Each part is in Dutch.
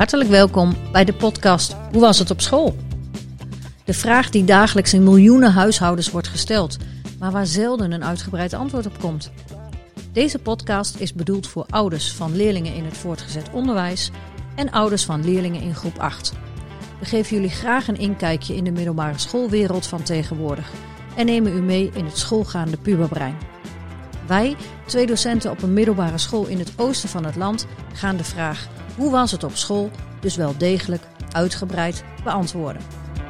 Hartelijk welkom bij de podcast Hoe was het op school? De vraag die dagelijks in miljoenen huishoudens wordt gesteld, maar waar zelden een uitgebreid antwoord op komt. Deze podcast is bedoeld voor ouders van leerlingen in het voortgezet onderwijs en ouders van leerlingen in groep 8. We geven jullie graag een inkijkje in de middelbare schoolwereld van tegenwoordig en nemen u mee in het schoolgaande puberbrein. Wij, 2 docenten op een middelbare school in het oosten van het land, gaan de vraag hoe was het op school dus wel degelijk uitgebreid beantwoorden.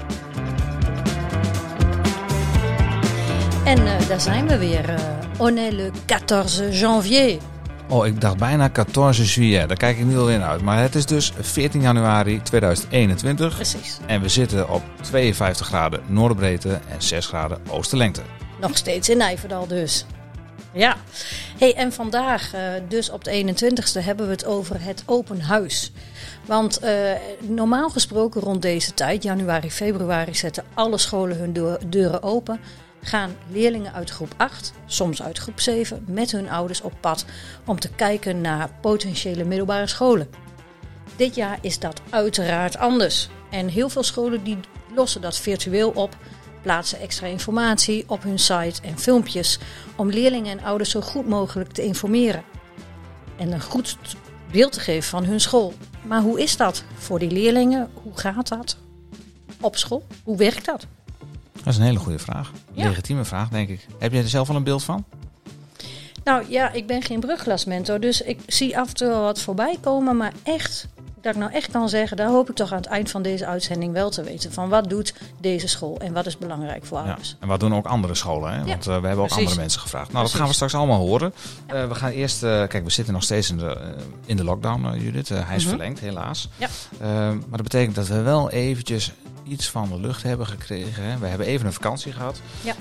En daar zijn we weer. On est le 14 janvier. Oh, ik dacht bijna 14 juillet. Daar kijk ik nu alweer naar uit. Maar het is dus 14 januari 2021. Precies. En we zitten op 52 graden noorderbreedte en 6 graden oosterlengte. Nog steeds in Nijverdal dus. Ja. Hey, en vandaag, dus op de 21ste, hebben we het over het open huis. Want normaal gesproken rond deze tijd, januari, februari, zetten alle scholen hun deuren open. Gaan leerlingen uit groep 8, soms uit groep 7, met hun ouders op pad om te kijken naar potentiële middelbare scholen. Dit jaar is dat uiteraard anders. En heel veel scholen die lossen dat virtueel op, plaatsen extra informatie op hun site en filmpjes om leerlingen en ouders zo goed mogelijk te informeren. En een goed beeld te geven van hun school. Maar hoe is dat voor die leerlingen? Hoe gaat dat op school? Hoe werkt dat? Dat is een hele goede vraag. Ja. Legitieme vraag, denk ik. Heb jij er zelf al een beeld van? Nou ja, ik ben geen brugglasmentor, dus ik zie af en toe wel wat voorbij komen. Maar echt, dat ik nou echt kan zeggen, daar hoop ik toch aan het eind van deze uitzending wel te weten. Van wat doet deze school en wat is belangrijk voor ouders? Ja. En wat doen ook andere scholen? Hè? Ja, Want we hebben ook andere mensen gevraagd. Nou, dat gaan we straks allemaal horen. Ja. We gaan eerst... kijk, we zitten nog steeds in de lockdown, Judith. Hij is verlengd, helaas. Ja. Maar dat betekent dat we wel eventjes iets van de lucht hebben gekregen. Hè? We hebben even een vakantie gehad. Ja.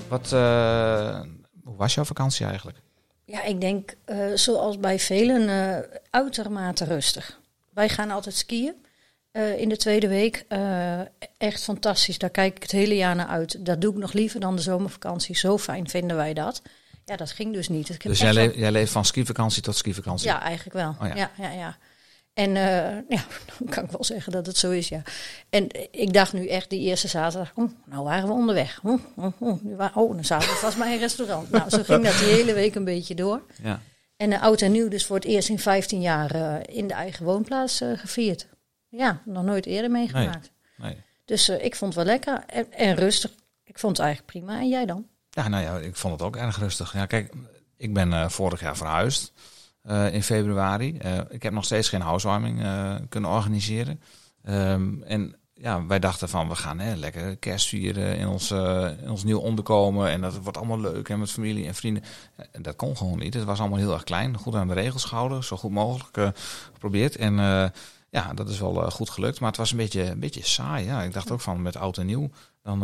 Hoe was jouw vakantie eigenlijk? Ja, ik denk zoals bij velen uitermate rustig. Wij gaan altijd skiën in de tweede week. Echt fantastisch, daar kijk ik het hele jaar naar uit. Dat doe ik nog liever dan de zomervakantie. Zo fijn vinden wij dat. Ja, dat ging dus niet. Dus jij leeft van skivakantie tot skivakantie? Ja, eigenlijk wel. Oh, ja. Ja. En ja, dan kan ik wel zeggen dat het zo is, ja. En ik dacht nu echt die eerste zaterdag, nou waren we onderweg. Dan zaten we vast bij een restaurant. Nou, zo ging dat die hele week een beetje door. Ja. En oud en nieuw dus voor het eerst in 15 jaar in de eigen woonplaats gevierd. Ja, nog nooit eerder meegemaakt. Nee. Dus ik vond het wel lekker en rustig. Ik vond het eigenlijk prima. En jij dan? Ja, nou ja, ik vond het ook erg rustig. Ja, kijk, ik ben vorig jaar verhuisd. In februari. Ik heb nog steeds geen housewarming kunnen organiseren. En ja, wij dachten van we gaan lekker kerst vieren in ons nieuw onderkomen. En dat wordt allemaal leuk en met familie en vrienden. Dat kon gewoon niet. Het was allemaal heel erg klein. Goed aan de regels gehouden. Zo goed mogelijk geprobeerd. En ja, dat is wel goed gelukt. Maar het was een beetje saai. Ja. Ik dacht ook van met oud en nieuw. Dan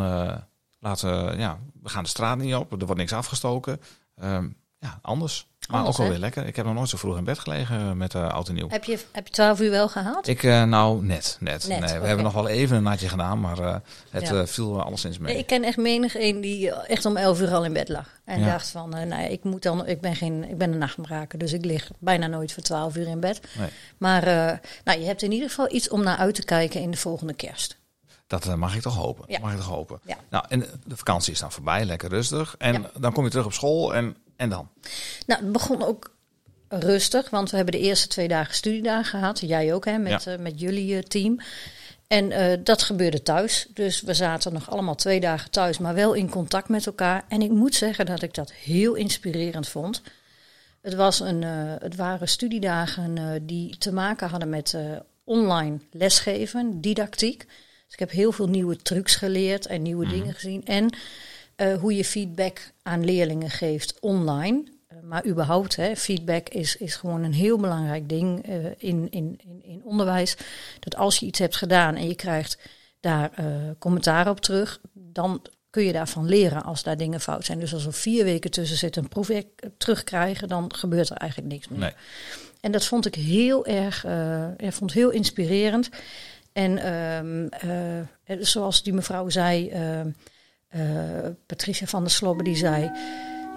we gaan de straat niet op. Er wordt niks afgestoken. Ja, anders. Maar ook wel weer lekker. Ik heb nog nooit zo vroeg in bed gelegen met oud en nieuw. Heb je 12 uur wel gehaald? Ik, net. Nee, we hebben nog wel even een natje gedaan, maar het viel alleszins mee. Ik ken echt menig een die echt om 11 uur al in bed lag. En dacht van, ik ben een nachtbraker, dus ik lig bijna nooit voor 12 uur in bed. Nee. Maar je hebt in ieder geval iets om naar uit te kijken in de volgende kerst. Dat mag ik toch hopen. Ja. Nou, en de vakantie is dan voorbij, lekker rustig. En dan kom je terug op school en dan? Nou, het begon ook rustig, want we hebben de eerste 2 dagen studiedagen gehad. Jij ook, hè, met jullie team. En dat gebeurde thuis. Dus we zaten nog allemaal 2 dagen thuis, maar wel in contact met elkaar. En ik moet zeggen dat ik dat heel inspirerend vond. Het waren studiedagen die te maken hadden met online lesgeven, didactiek. Dus ik heb heel veel nieuwe trucs geleerd en nieuwe dingen gezien. En hoe je feedback aan leerlingen geeft online. Maar überhaupt, feedback is gewoon een heel belangrijk ding in onderwijs. Dat als je iets hebt gedaan en je krijgt daar commentaar op terug, dan kun je daarvan leren als daar dingen fout zijn. Dus als er 4 weken tussen zit een proefwerk terugkrijgen, dan gebeurt er eigenlijk niks meer. Nee. En dat vond ik heel erg, vond heel inspirerend. En zoals die mevrouw zei, Patricia van der Slobbe, die zei,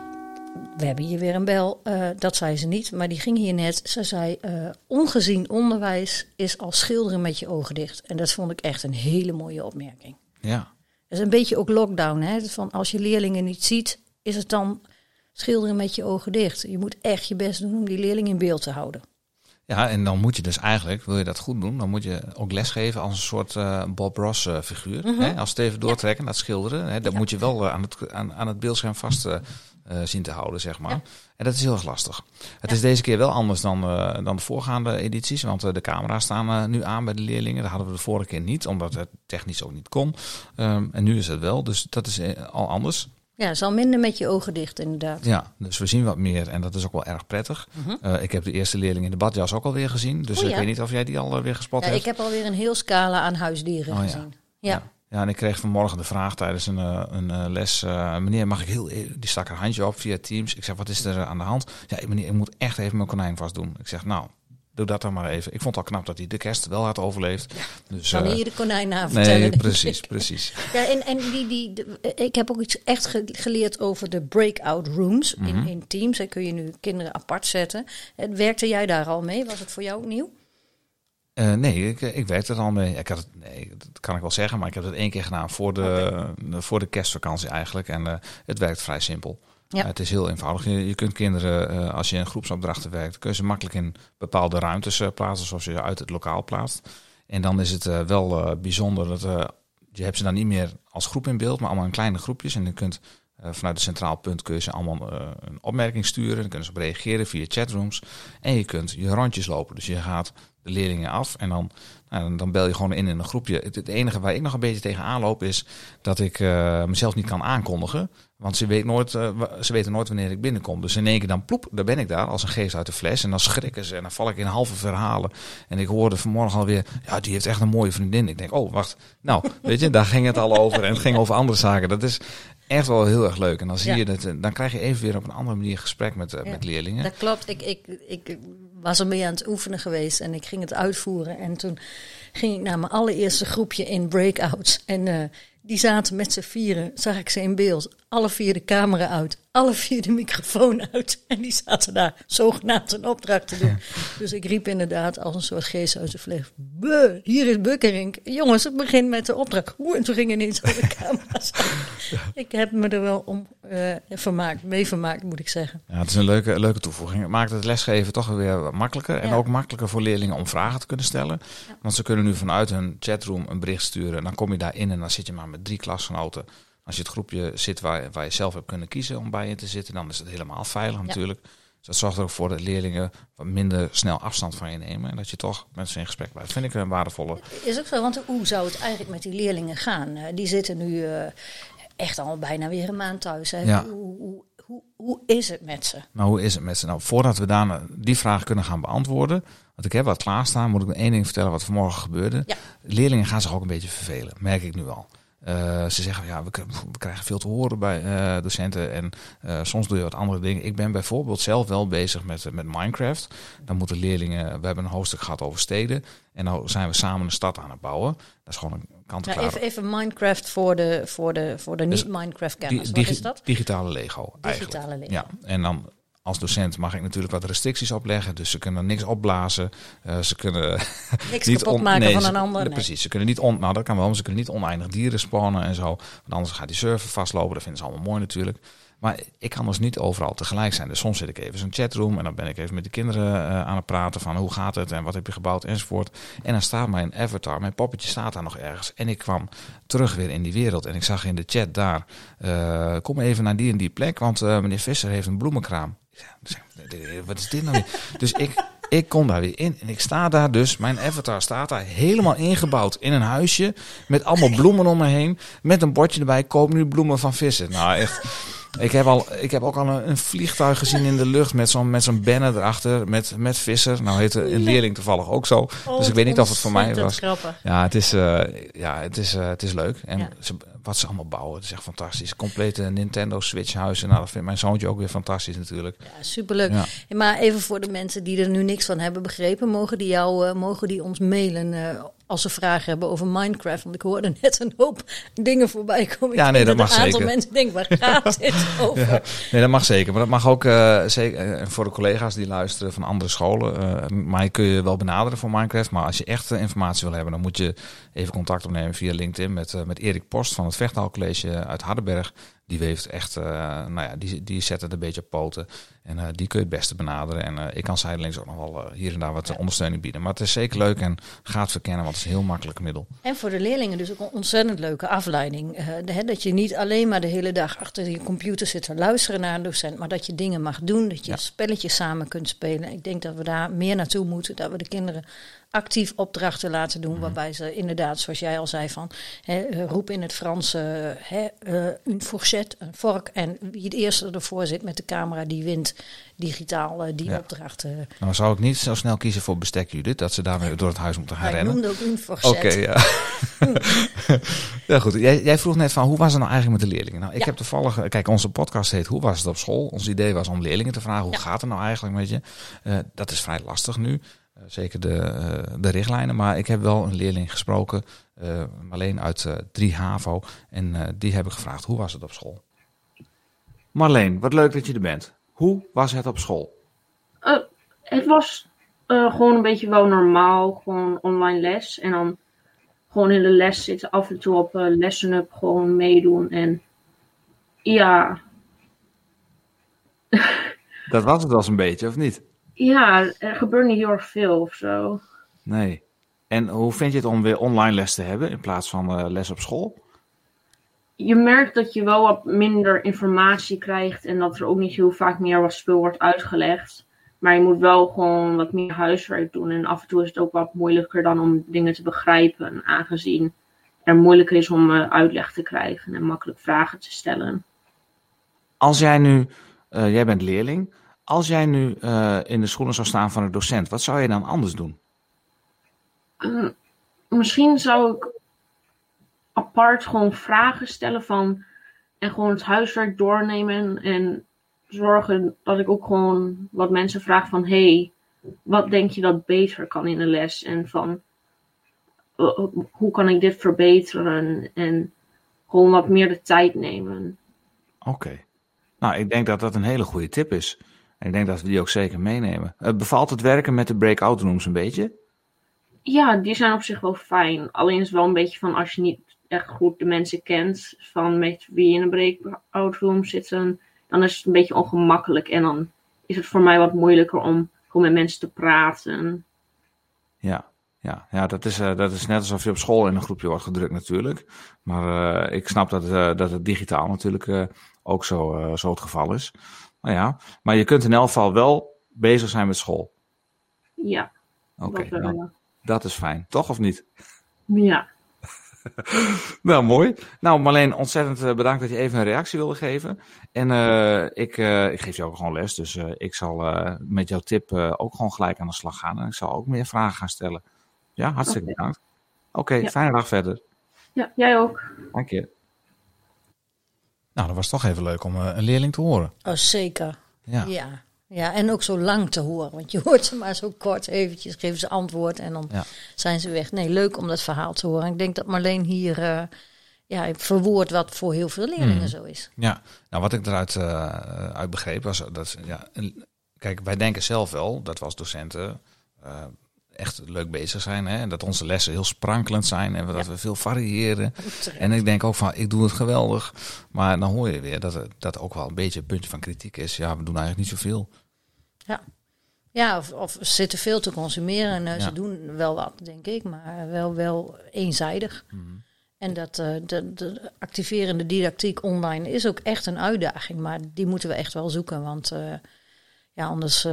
we hebben hier weer een bel, dat zei ze niet, maar die ging hier net. Ze zei, ongezien onderwijs is als schilderen met je ogen dicht. En dat vond ik echt een hele mooie opmerking. Ja. Dat is een beetje ook lockdown, hè? Van als je leerlingen niet ziet, is het dan schilderen met je ogen dicht. Je moet echt je best doen om die leerling in beeld te houden. Ja, en dan moet je dus eigenlijk, wil je dat goed doen, dan moet je ook lesgeven als een soort Bob Ross figuur. Mhm. Hè? Als het even doortrekken, dat schilderen. Hè? Dat moet je wel aan het beeldscherm vast zien te houden, zeg maar. Ja. En dat is heel erg lastig. Het is deze keer wel anders dan de voorgaande edities, want de camera's staan nu aan bij de leerlingen. Dat hadden we de vorige keer niet, omdat het technisch ook niet kon. En nu is het wel, dus dat is al anders. Ja, het is al minder met je ogen dicht inderdaad. Ja, dus we zien wat meer en dat is ook wel erg prettig. Ik heb de eerste leerling in de badjas ook alweer gezien. Dus ik weet niet of jij die alweer gespot hebt. Ik heb alweer een heel scala aan huisdieren gezien. Ja. Ja, en ik kreeg vanmorgen de vraag tijdens een les. Meneer, mag ik die stak haar handje op via Teams. Ik zeg, wat is er aan de hand? Ja, meneer, ik moet echt even mijn konijn vast doen. Ik zeg, nou, doe dat dan maar even. Ik vond het al knap dat hij de kerst wel had overleefd. Ja, dus, kan hier de konijn na vertellen. Nee, precies. Ja, en ik heb ook iets echt geleerd over de breakout rooms in Teams. Daar kun je nu kinderen apart zetten. Werkte jij daar al mee? Was het voor jou ook nieuw? Nee, ik werkte er al mee. Dat kan ik wel zeggen, maar ik heb het 1 keer gedaan voor de kerstvakantie eigenlijk. En het werkt vrij simpel. Ja. Het is heel eenvoudig. Je kunt kinderen, als je in groepsopdrachten werkt, kun je ze makkelijk in bepaalde ruimtes plaatsen, zoals je uit het lokaal plaatst. En dan is het wel bijzonder dat je hebt ze dan niet meer als groep in beeld, maar allemaal in kleine groepjes. En je kunt vanuit het centraal punt kun je ze allemaal een opmerking sturen. Dan kunnen ze op reageren via chatrooms. En je kunt je rondjes lopen. Dus je gaat de leerlingen af en dan bel je gewoon in een groepje. Het enige waar ik nog een beetje tegenaan loop is dat ik mezelf niet kan aankondigen. Want ze weten nooit wanneer ik binnenkom. Dus in 1 keer dan ploep, dan ben ik daar als een geest uit de fles. En dan schrikken ze en dan val ik in halve verhalen. En ik hoorde vanmorgen alweer, ja, die heeft echt een mooie vriendin. Ik denk, oh, wacht. Nou, weet je, daar ging het al over. En het ging over andere zaken. Dat is echt wel heel erg leuk. En dan zie je dat, dan krijg je even weer op een andere manier gesprek met leerlingen. Dat klopt. Ik was er mee aan het oefenen geweest en ik ging het uitvoeren. En toen ging ik naar mijn allereerste groepje in breakouts. En die zaten met z'n 4, zag ik ze in beeld. Alle 4 de camera uit, alle 4 de microfoon uit. En die zaten daar zogenaamd een opdracht te doen. Dus ik riep inderdaad als een soort geest uit de vlees. Hier is Bukkerink. Jongens, het begint met de opdracht. En toen gingen ineens alle camera's uit. Ik heb me er wel om mee vermaakt, moet ik zeggen. Ja, het is een leuke toevoeging. Het maakt het lesgeven toch weer wat makkelijker. En ook makkelijker voor leerlingen om vragen te kunnen stellen. Ja. Want ze kunnen nu vanuit hun chatroom een bericht sturen. Dan kom je daarin en dan zit je maar met 3 klasgenoten. Als je het groepje zit waar je zelf hebt kunnen kiezen om bij je te zitten, dan is het helemaal veilig natuurlijk. Dus dat zorgt er ook voor dat leerlingen wat minder snel afstand van je nemen. En dat je toch met ze in gesprek blijft. Vind ik een waardevolle. Is ook zo, want hoe zou het eigenlijk met die leerlingen gaan? Die zitten nu echt al bijna weer een maand thuis. Hè? Ja. Hoe is het met ze? Nou, hoe is het met ze? Nou, voordat we daar die vraag kunnen gaan beantwoorden, want ik heb wat klaarstaan, moet ik nog 1 ding vertellen wat vanmorgen gebeurde. Ja. Leerlingen gaan zich ook een beetje vervelen, merk ik nu al. Ze zeggen, ja, we krijgen veel te horen bij docenten en soms doe je wat andere dingen. Ik ben bijvoorbeeld zelf wel bezig met Minecraft. Dan moeten leerlingen, we hebben een hoofdstuk gehad over steden en nou zijn we samen een stad aan het bouwen. Dat is gewoon een kant-en-klaar. Even Minecraft voor de niet-Minecraft-kenners. Wat is dat? Digitale Lego eigenlijk. Digitale Lego. Ja, en dan als docent mag ik natuurlijk wat restricties opleggen. Dus ze kunnen niks opblazen. Ze kunnen niks niet kapot maken van een ander. Nee. Precies, ze kunnen niet nou dat kan wel, maar ze kunnen niet oneindig dieren spawnen en zo. Want anders gaat die server vastlopen. Dat vinden ze allemaal mooi natuurlijk. Maar ik kan dus niet overal tegelijk zijn. Dus soms zit ik even in zo'n chatroom en dan ben ik even met de kinderen aan het praten van hoe gaat het en wat heb je gebouwd enzovoort. En dan staat mijn avatar, mijn poppetje staat daar nog ergens. En ik kwam terug weer in die wereld en ik zag in de chat daar, kom even naar die en die plek, want meneer Visser heeft een bloemenkraam. Wat is dit nou weer? Dus ik kom daar weer in en ik sta daar dus, mijn avatar staat daar helemaal ingebouwd in een huisje met allemaal bloemen om me heen, met een bordje erbij, koop nu bloemen van Visser. Nou echt, ik heb ook al een vliegtuig gezien in de lucht met zo'n banner erachter met Visser. Nou heette een leerling toevallig ook zo, dus ik weet niet of het voor mij was. Grappig. Ja, het is leuk en wat ze allemaal bouwen, het is echt fantastisch. Complete Nintendo Switch huizen, nou dat vindt mijn zoontje ook weer fantastisch natuurlijk. Ja, superleuk. Ja. Maar even voor de mensen die er nu niks van hebben begrepen, mogen die ons mailen als ze vragen hebben over Minecraft. Want ik hoorde net een hoop dingen voorbij komen. Ja, nee, dat mag zeker. Een aantal mensen denken, waar gaat dit over? Ja, nee, dat mag zeker. Maar dat mag ook zeker voor de collega's die luisteren van andere scholen. Mij kun je wel benaderen voor Minecraft. Maar als je echt informatie wil hebben, dan moet je even contact opnemen via LinkedIn met Erik Post van het Vechthaalcollege uit Hardenberg. Die heeft echt, die zet het een beetje op poten. En die kun je het beste benaderen. En ik kan zijdelings ook nog wel hier en daar wat ondersteuning bieden. Maar het is zeker leuk en gaat verkennen, want het is een heel makkelijk middel. En voor de leerlingen dus ook een ontzettend leuke afleiding. Dat je niet alleen maar de hele dag achter je computer zit te luisteren naar een docent. Maar dat je dingen mag doen, dat je spelletjes samen kunt spelen. Ik denk dat we daar meer naartoe moeten. Dat we de kinderen actief opdrachten laten doen. Waarbij ze inderdaad, zoals jij al zei, van roep in het Frans une fourchette, een vork. En wie het eerste ervoor zit met de camera, die wint digitaal die opdrachten. Nou zou ik niet zo snel kiezen voor bestek, Judith, dat ze daarmee door het huis moeten gaan rennen. Ik noemde ook une fourchette. Oké, ja. Ja, goed. Jij vroeg net van, hoe was het nou eigenlijk met de leerlingen? Nou, ik heb toevallig, kijk, onze podcast heet Hoe was het op school? Ons idee was om leerlingen te vragen, hoe gaat het nou eigenlijk met je? Dat is vrij lastig nu. Zeker de richtlijnen, maar ik heb wel een leerling gesproken, Marleen uit 3 HAVO. En die heb ik gevraagd, hoe was het op school? Marleen, wat leuk dat je er bent. Hoe was het op school? Het was gewoon een beetje wel normaal, gewoon online les. En dan gewoon in de les zitten, af en toe op Lesson Up gewoon meedoen. En ja. Dat was het wel eens een beetje, of niet? Ja, er gebeurt niet heel erg veel of zo. Nee. En hoe vind je het om weer online les te hebben in plaats van les op school? Je merkt dat je wel wat minder informatie krijgt en dat er ook niet heel vaak meer wat spul wordt uitgelegd. Maar je moet wel gewoon wat meer huiswerk doen. En af en toe is het ook wat moeilijker dan om dingen te begrijpen, aangezien er moeilijker is om uitleg te krijgen en makkelijk vragen te stellen. Als jij nu, jij bent leerling, als jij nu in de schoenen zou staan van een docent, wat zou je dan anders doen? Misschien zou ik apart gewoon vragen stellen en gewoon het huiswerk doornemen en zorgen dat ik ook gewoon wat mensen vraag van hey, wat denk je dat beter kan in de les en van hoe kan ik dit verbeteren en gewoon wat meer de tijd nemen. Oké. Nou, ik denk dat dat een hele goede tip is. En ik denk dat we die ook zeker meenemen. Bevalt het werken met de breakout rooms een beetje? Ja, die zijn op zich wel fijn. Alleen is het wel een beetje van als je niet echt goed de mensen kent van met wie in een breakout room zitten, dan is het een beetje ongemakkelijk. En dan is het voor mij wat moeilijker om gewoon met mensen te praten. Ja, dat is net alsof je op school in een groepje wordt gedrukt natuurlijk. Maar ik snap dat het digitaal natuurlijk ook zo het geval is. Maar je kunt in elk geval wel bezig zijn met school. Ja. Oké, nou, dat is fijn. Toch of niet? Ja. Nou, mooi. Nou, Marleen, ontzettend bedankt dat je even een reactie wilde geven. En ik geef jou ook gewoon les, dus ik zal met jouw tip ook gewoon gelijk aan de slag gaan. En ik zal ook meer vragen gaan stellen. Ja, hartstikke bedankt. Oké, fijne dag verder. Ja, jij ook. Dank je. Nou, dat was toch even leuk om een leerling te horen. Oh, zeker. Ja, en ook zo lang te horen. Want je hoort ze maar zo kort eventjes, geven ze antwoord en dan zijn ze weg. Nee, leuk om dat verhaal te horen. Ik denk dat Marleen hier verwoordt wat voor heel veel leerlingen zo is. Ja, nou wat ik eruit uit begreep was dat, kijk, wij denken zelf wel dat we als docenten echt leuk bezig zijn. Hè? En dat onze lessen heel sprankelend zijn en dat we veel variëren. En ik denk ook van, ik doe het geweldig. Maar dan hoor je weer dat ook wel een beetje een puntje van kritiek is. Ja, we doen eigenlijk niet zoveel. Ja, of ze zitten veel te consumeren. En ze doen wel wat, denk ik. Maar wel eenzijdig. Mm-hmm. En dat de activerende didactiek online is ook echt een uitdaging. Maar die moeten we echt wel zoeken. Want anders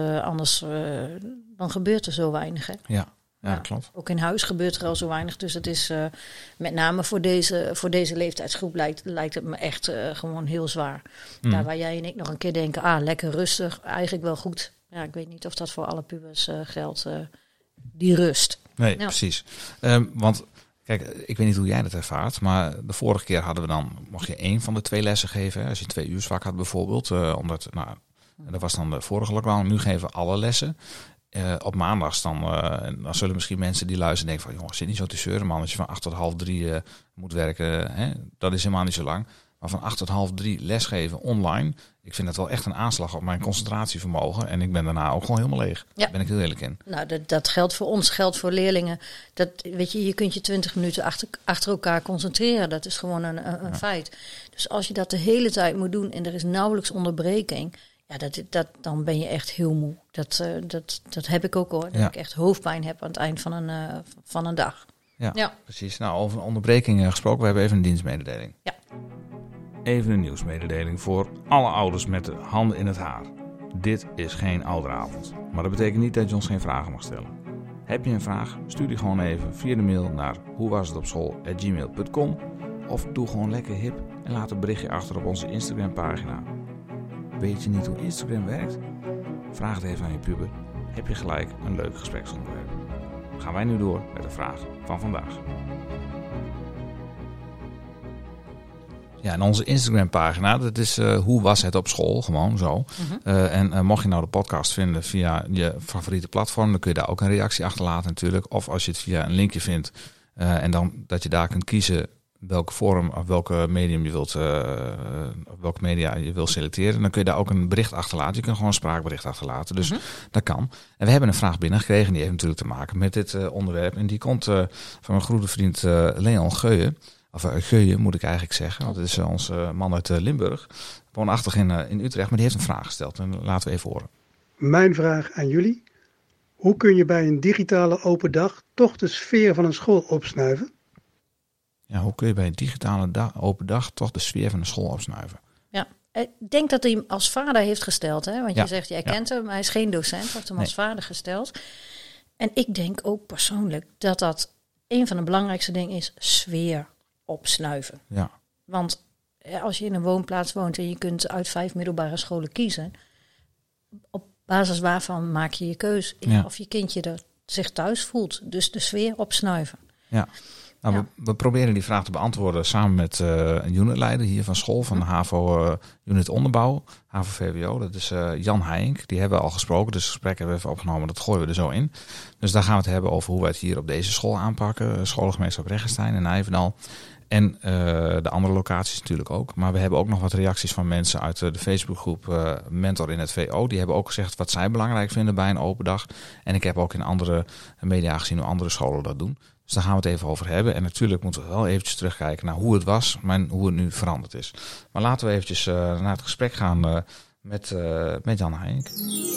dan gebeurt er zo weinig. Hè? Ja, klopt. Ook in huis gebeurt er al zo weinig. Dus het is met name voor deze leeftijdsgroep lijkt het me echt gewoon heel zwaar. Mm. Daar waar jij en ik nog een keer denken, lekker rustig, eigenlijk wel goed. Ja, ik weet niet of dat voor alle pubers geldt, die rust. Nee, precies. Want kijk, ik weet niet hoe jij dat ervaart, maar de vorige keer mocht je 1 van de 2 lessen geven. Hè, als je 2 uur vak had bijvoorbeeld. Dat was dan de vorige lockdown. Nu geven we alle lessen. op maandags dan zullen misschien mensen die luisteren denken van... jongens, zit niet zo te zeuren, man. Als je van 8 tot 2:30 moet werken, dat is helemaal niet zo lang. Maar van 8 tot 2:30 lesgeven online... ik vind dat wel echt een aanslag op mijn concentratievermogen. En ik ben daarna ook gewoon helemaal leeg. Ja. Daar ben ik heel eerlijk in. Nou, dat geldt voor ons, geldt voor leerlingen. Dat, weet je kunt je 20 minuten achter elkaar concentreren. Dat is gewoon een feit. Dus als je dat de hele tijd moet doen en er is nauwelijks onderbreking... ja, dan ben je echt heel moe. Dat heb ik ook hoor. Dat ik echt hoofdpijn heb aan het eind van een dag. Ja, precies. Nou, over onderbreking gesproken. We hebben even een dienstmededeling. Ja. Even een nieuwsmededeling voor alle ouders met de handen in het haar. Dit is geen ouderavond. Maar dat betekent niet dat je ons geen vragen mag stellen. Heb je een vraag? Stuur die gewoon even via de mail naar hoewashetopschool@gmail.com of doe gewoon lekker hip en laat een berichtje achter op onze Instagram pagina. Weet je niet hoe Instagram werkt? Vraag het even aan je puber. Heb je gelijk een leuk gespreksonderwerp. Gaan wij nu door met de vraag van vandaag. Ja, en onze Instagram-pagina, dat is hoe was het op school, gewoon zo. En mocht je nou de podcast vinden via je favoriete platform, dan kun je daar ook een reactie achterlaten natuurlijk. Of als je het via een linkje vindt en dan dat je daar kunt kiezen welke forum of welke medium je wilt, welke media je wilt selecteren, dan kun je daar ook een bericht achterlaten. Je kunt gewoon een spraakbericht achterlaten, dus dat kan. En we hebben een vraag binnengekregen, die heeft natuurlijk te maken met dit onderwerp. En die komt van mijn goede vriend Leon Geuyen. Of Geuyen moet ik eigenlijk zeggen, want het is onze man uit Limburg. Woonachtig in Utrecht, maar die heeft een vraag gesteld. En laten we even horen. Mijn vraag aan jullie. Hoe kun je bij een digitale open dag toch de sfeer van een school opsnuiven? Ja, hoe kun je bij een digitale open dag toch de sfeer van een school opsnuiven? Ja, ik denk dat hij hem als vader heeft gesteld. Hè? Want je zegt, jij kent hem, maar hij is geen docent. Hij heeft hem als vader gesteld. En ik denk ook persoonlijk dat een van de belangrijkste dingen is sfeer opsnuiven. Ja. Want als je in een woonplaats woont en je kunt uit 5 middelbare scholen kiezen, op basis waarvan maak je je keus of je kindje zich thuis voelt. Dus de sfeer opsnuiven. Ja. Nou, we proberen die vraag te beantwoorden samen met een unitleider hier van school, van de HAVO Unit Onderbouw, HAVO-VWO. Dat is Jan Heijink. Die hebben we al gesproken, dus het gesprek hebben we even opgenomen. Dat gooien we er zo in. Dus daar gaan we het hebben over hoe wij het hier op deze school aanpakken. Scholengemeenschap Regenstein en Nijverdal. En de andere locaties natuurlijk ook. Maar we hebben ook nog wat reacties van mensen uit de Facebookgroep Mentor in het VO. Die hebben ook gezegd wat zij belangrijk vinden bij een open dag. En ik heb ook in andere media gezien hoe andere scholen dat doen. Dus daar gaan we het even over hebben. En natuurlijk moeten we wel eventjes terugkijken naar hoe het was, maar hoe het nu veranderd is. Maar laten we eventjes naar het gesprek gaan met Jan Heijink.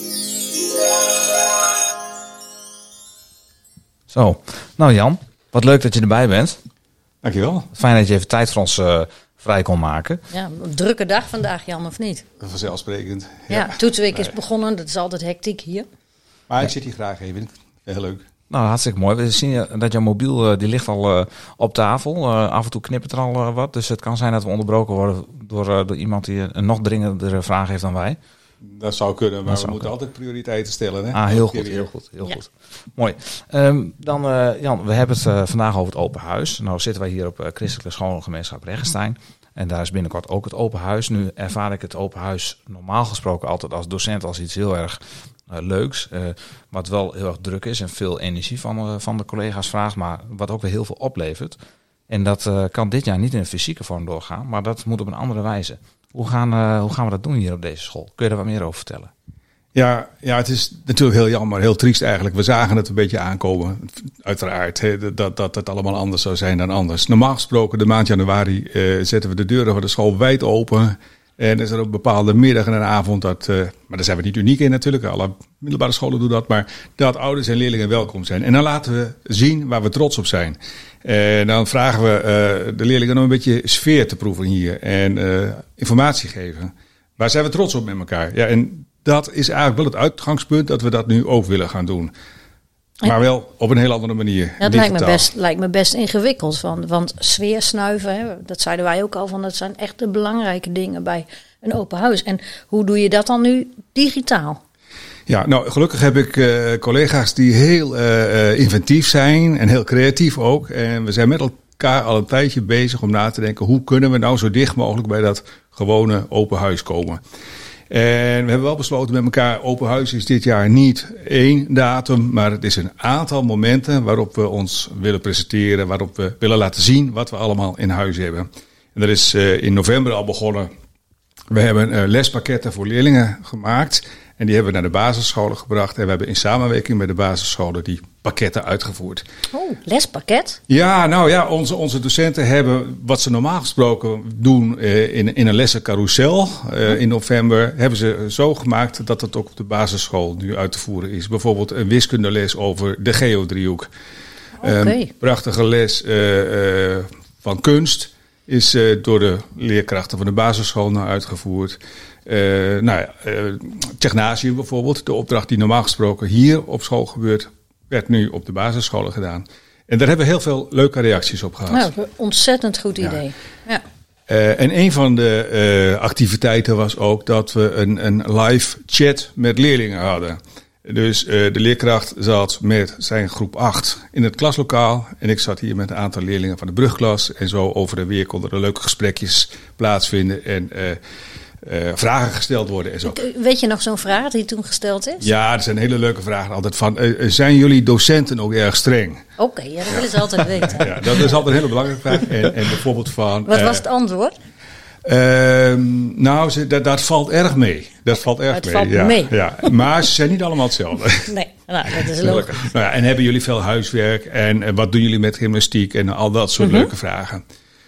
Zo, nou Jan, wat leuk dat je erbij bent. Dankjewel. Fijn dat je even tijd voor ons vrij kon maken. Ja, een drukke dag vandaag, Jan, of niet? Vanzelfsprekend. Ja, toetsweek is begonnen. Dat is altijd hectiek hier. Maar ik zit hier graag even. Heel leuk. Nou, hartstikke mooi. We zien dat jouw mobiel die ligt al op tafel. Af en toe knippert er al wat. Dus het kan zijn dat we onderbroken worden door iemand die een nog dringendere vraag heeft dan wij. Dat zou kunnen, maar we moeten altijd prioriteiten stellen. Hè? Heel goed. Mooi. Dan Jan, we hebben het vandaag over het open huis. Nou zitten wij hier op Christelijke Scholengemeenschap Regenstein. En daar is binnenkort ook het open huis. Nu ervaar ik het open huis normaal gesproken altijd als docent als iets heel erg leuks. Wat wel heel erg druk is en veel energie van de collega's vraagt. Maar wat ook weer heel veel oplevert. En dat kan dit jaar niet in een fysieke vorm doorgaan. Maar dat moet op een andere wijze. Hoe gaan we dat doen hier op deze school? Kun je daar wat meer over vertellen? Ja, het is natuurlijk heel jammer, heel triest eigenlijk. We zagen het een beetje aankomen, uiteraard, dat het allemaal anders zou zijn dan anders. Normaal gesproken, de maand januari, zetten we de deuren van de school wijd open. En er is er op bepaalde middagen en avond, maar daar zijn we niet uniek in natuurlijk. Alle middelbare scholen doen dat, maar dat ouders en leerlingen welkom zijn. En dan laten we zien waar we trots op zijn. En dan vragen we de leerlingen om een beetje sfeer te proeven hier en informatie geven. Waar zijn we trots op met elkaar? Ja, en dat is eigenlijk wel het uitgangspunt dat we dat nu ook willen gaan doen. Maar wel op een heel andere manier. Dat lijkt me best ingewikkeld. Want sfeer snuiven, hè, dat zeiden wij ook al, van dat zijn echt de belangrijke dingen bij een open huis. En hoe doe je dat dan nu digitaal? Ja, nou gelukkig heb ik collega's die heel inventief zijn en heel creatief ook. En we zijn met elkaar al een tijdje bezig om na te denken, hoe kunnen we nou zo dicht mogelijk bij dat gewone open huis komen. En we hebben wel besloten met elkaar, open huis is dit jaar niet 1 datum, maar het is een aantal momenten waarop we ons willen presenteren, waarop we willen laten zien wat we allemaal in huis hebben. En dat is in november al begonnen. We hebben lespakketten voor leerlingen gemaakt en die hebben we naar de basisscholen gebracht. En we hebben in samenwerking met de basisscholen die pakketten uitgevoerd. Oh, lespakket? Ja, nou ja, onze docenten hebben wat ze normaal gesproken doen in een lessencarousel in november, hebben ze zo gemaakt dat het ook op de basisschool nu uit te voeren is. Bijvoorbeeld een wiskundeles over de geodriehoek. Prachtige les van kunst is door de leerkrachten van de basisschool nou uitgevoerd. Technasium bijvoorbeeld, de opdracht die normaal gesproken hier op school gebeurt, werd nu op de basisscholen gedaan. En daar hebben we heel veel leuke reacties op gehad. Nou, ontzettend goed idee. Ja. En een van de activiteiten was ook dat we een live chat met leerlingen hadden. Dus de leerkracht zat met zijn groep 8 in het klaslokaal. En ik zat hier met een aantal leerlingen van de brugklas. En zo over de weer konden er leuke gesprekjes plaatsvinden en vragen gesteld worden en zo. Weet je nog zo'n vraag die toen gesteld is? Ja, er zijn hele leuke vragen altijd van. Zijn jullie docenten ook erg streng? Oké, ja, dat willen ze altijd weten. Ja, dat is altijd een hele belangrijke vraag. En bijvoorbeeld van. Wat was het antwoord? Dat valt erg mee. Dat valt erg mee. Valt mee. Ja. Maar ze zijn niet allemaal hetzelfde. Nee, nou, dat is logisch. En hebben jullie veel huiswerk? En wat doen jullie met gymnastiek? En al dat soort leuke vragen.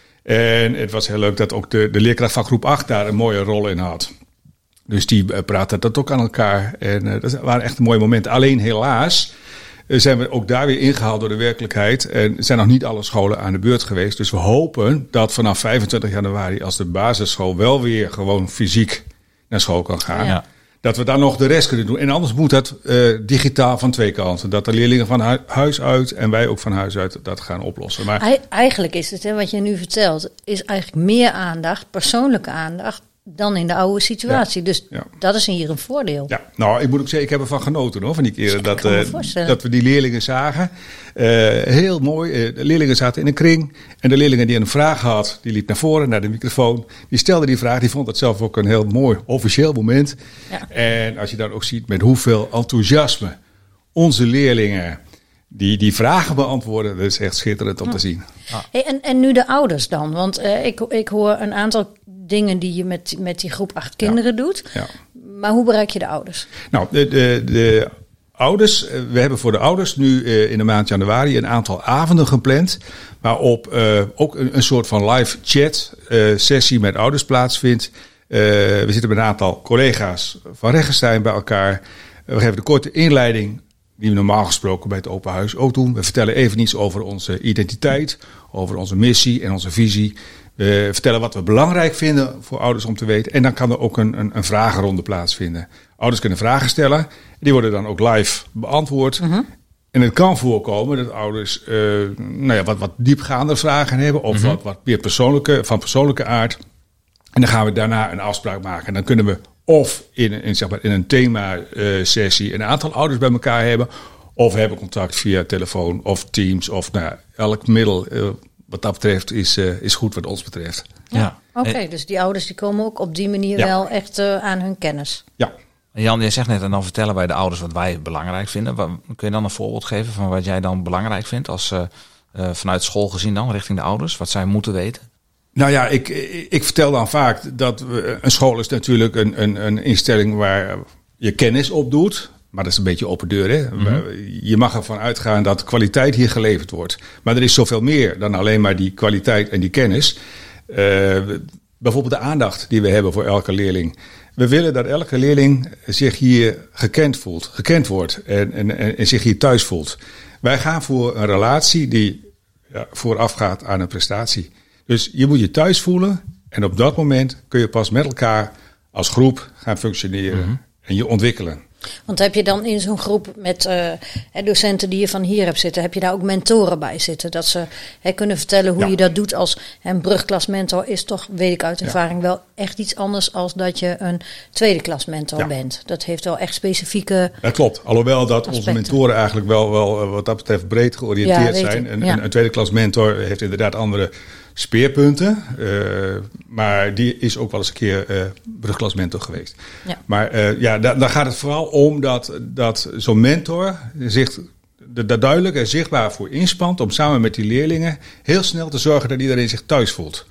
En het was heel leuk dat ook de leerkracht van groep 8 daar een mooie rol in had. Dus die praten dat ook aan elkaar. En dat waren echt mooie momenten. Alleen helaas zijn we ook daar weer ingehaald door de werkelijkheid. En zijn nog niet alle scholen aan de beurt geweest. Dus we hopen dat vanaf 25 januari, als de basisschool wel weer gewoon fysiek naar school kan gaan, dat we dan nog de rest kunnen doen. En anders moet dat digitaal van 2 kanten. Dat de leerlingen van huis uit en wij ook van huis uit dat gaan oplossen. Maar eigenlijk is het, wat je nu vertelt, is eigenlijk meer aandacht, persoonlijke aandacht, dan in de oude situatie. Ja. Dus dat is hier een voordeel. Ja, nou, ik moet ook zeggen, ik heb ervan genoten hoor, van die keren dat we die leerlingen zagen. Heel mooi. De leerlingen zaten in een kring. En de leerlingen die een vraag had, die liep naar voren, naar de microfoon. Die stelde die vraag, die vond het zelf ook een heel mooi officieel moment. Ja. En als je dan ook ziet met hoeveel enthousiasme onze leerlingen die vragen beantwoorden, dat is echt schitterend om te zien. Hey, en nu de ouders dan? Want ik hoor een aantal dingen die je met die groep 8 kinderen doet. Ja. Maar hoe bereik je de ouders? Nou, de ouders, we hebben voor de ouders nu in de maand januari een aantal avonden gepland, waarop ook een soort van live chat sessie met ouders plaatsvindt. We zitten met een aantal collega's van Regenstein bij elkaar. We geven de korte inleiding die we normaal gesproken bij het open huis ook doen. We vertellen even iets over onze identiteit, over onze missie en onze visie. We vertellen wat we belangrijk vinden voor ouders om te weten. En dan kan er ook een vragenronde plaatsvinden. Ouders kunnen vragen stellen. Die worden dan ook live beantwoord. Uh-huh. En het kan voorkomen dat ouders wat diepgaande vragen hebben. Of wat meer persoonlijke aard. En dan gaan we daarna een afspraak maken. En dan kunnen we of in een thema-sessie een aantal ouders bij elkaar hebben. Of we hebben contact via telefoon of Teams. Of elk middel wat dat betreft is goed wat ons betreft. Ja. Oké, dus die ouders die komen ook op die manier wel echt aan hun kennis. Ja. Jan, jij zegt net, en dan vertellen wij de ouders wat wij belangrijk vinden. Kun je dan een voorbeeld geven van wat jij dan belangrijk vindt als vanuit school gezien dan, richting de ouders? Wat zij moeten weten? Nou ja, ik vertel dan vaak dat een school is natuurlijk een instelling waar je kennis op doet. Maar dat is een beetje open deur, hè? Mm-hmm. Je mag ervan uitgaan dat kwaliteit hier geleverd wordt. Maar er is zoveel meer dan alleen maar die kwaliteit en die kennis. Bijvoorbeeld de aandacht die we hebben voor elke leerling. We willen dat elke leerling zich hier gekend wordt en zich hier thuis voelt. Wij gaan voor een relatie die voorafgaat aan een prestatie. Dus je moet je thuis voelen en op dat moment kun je pas met elkaar als groep gaan functioneren en je ontwikkelen. Want heb je dan in zo'n groep met docenten die je van hier hebt zitten, heb je daar ook mentoren bij zitten? Dat ze kunnen vertellen hoe je dat doet als een brugklasmentor is toch, weet ik uit ervaring, wel echt iets anders als dat je een tweede klasmentor bent. Dat heeft wel echt specifieke Dat klopt, alhoewel dat aspecten. Onze mentoren eigenlijk wel wat dat betreft breed georiënteerd zijn. Een tweede klasmentor heeft inderdaad andere speerpunten. Maar die is ook wel eens een keer brugklas mentor geweest. Ja. Maar daar gaat het vooral om dat zo'n mentor zich daar duidelijk en zichtbaar voor inspant om samen met die leerlingen heel snel te zorgen dat iedereen zich thuis voelt.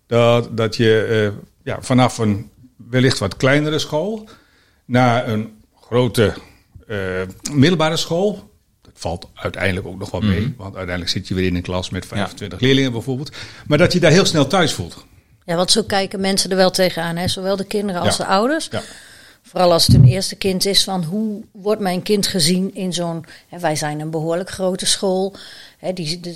Dat je vanaf een wellicht wat kleinere school naar een grote middelbare school. Dat valt uiteindelijk ook nog wel mee. Want uiteindelijk zit je weer in een klas met 25 leerlingen bijvoorbeeld. Maar dat je daar heel snel thuis voelt. Ja, want zo kijken mensen er wel tegenaan. Hè? Zowel de kinderen als de ouders. Ja. Vooral als het hun eerste kind is van hoe wordt mijn kind gezien in zo'n... Wij zijn een behoorlijk grote school. Er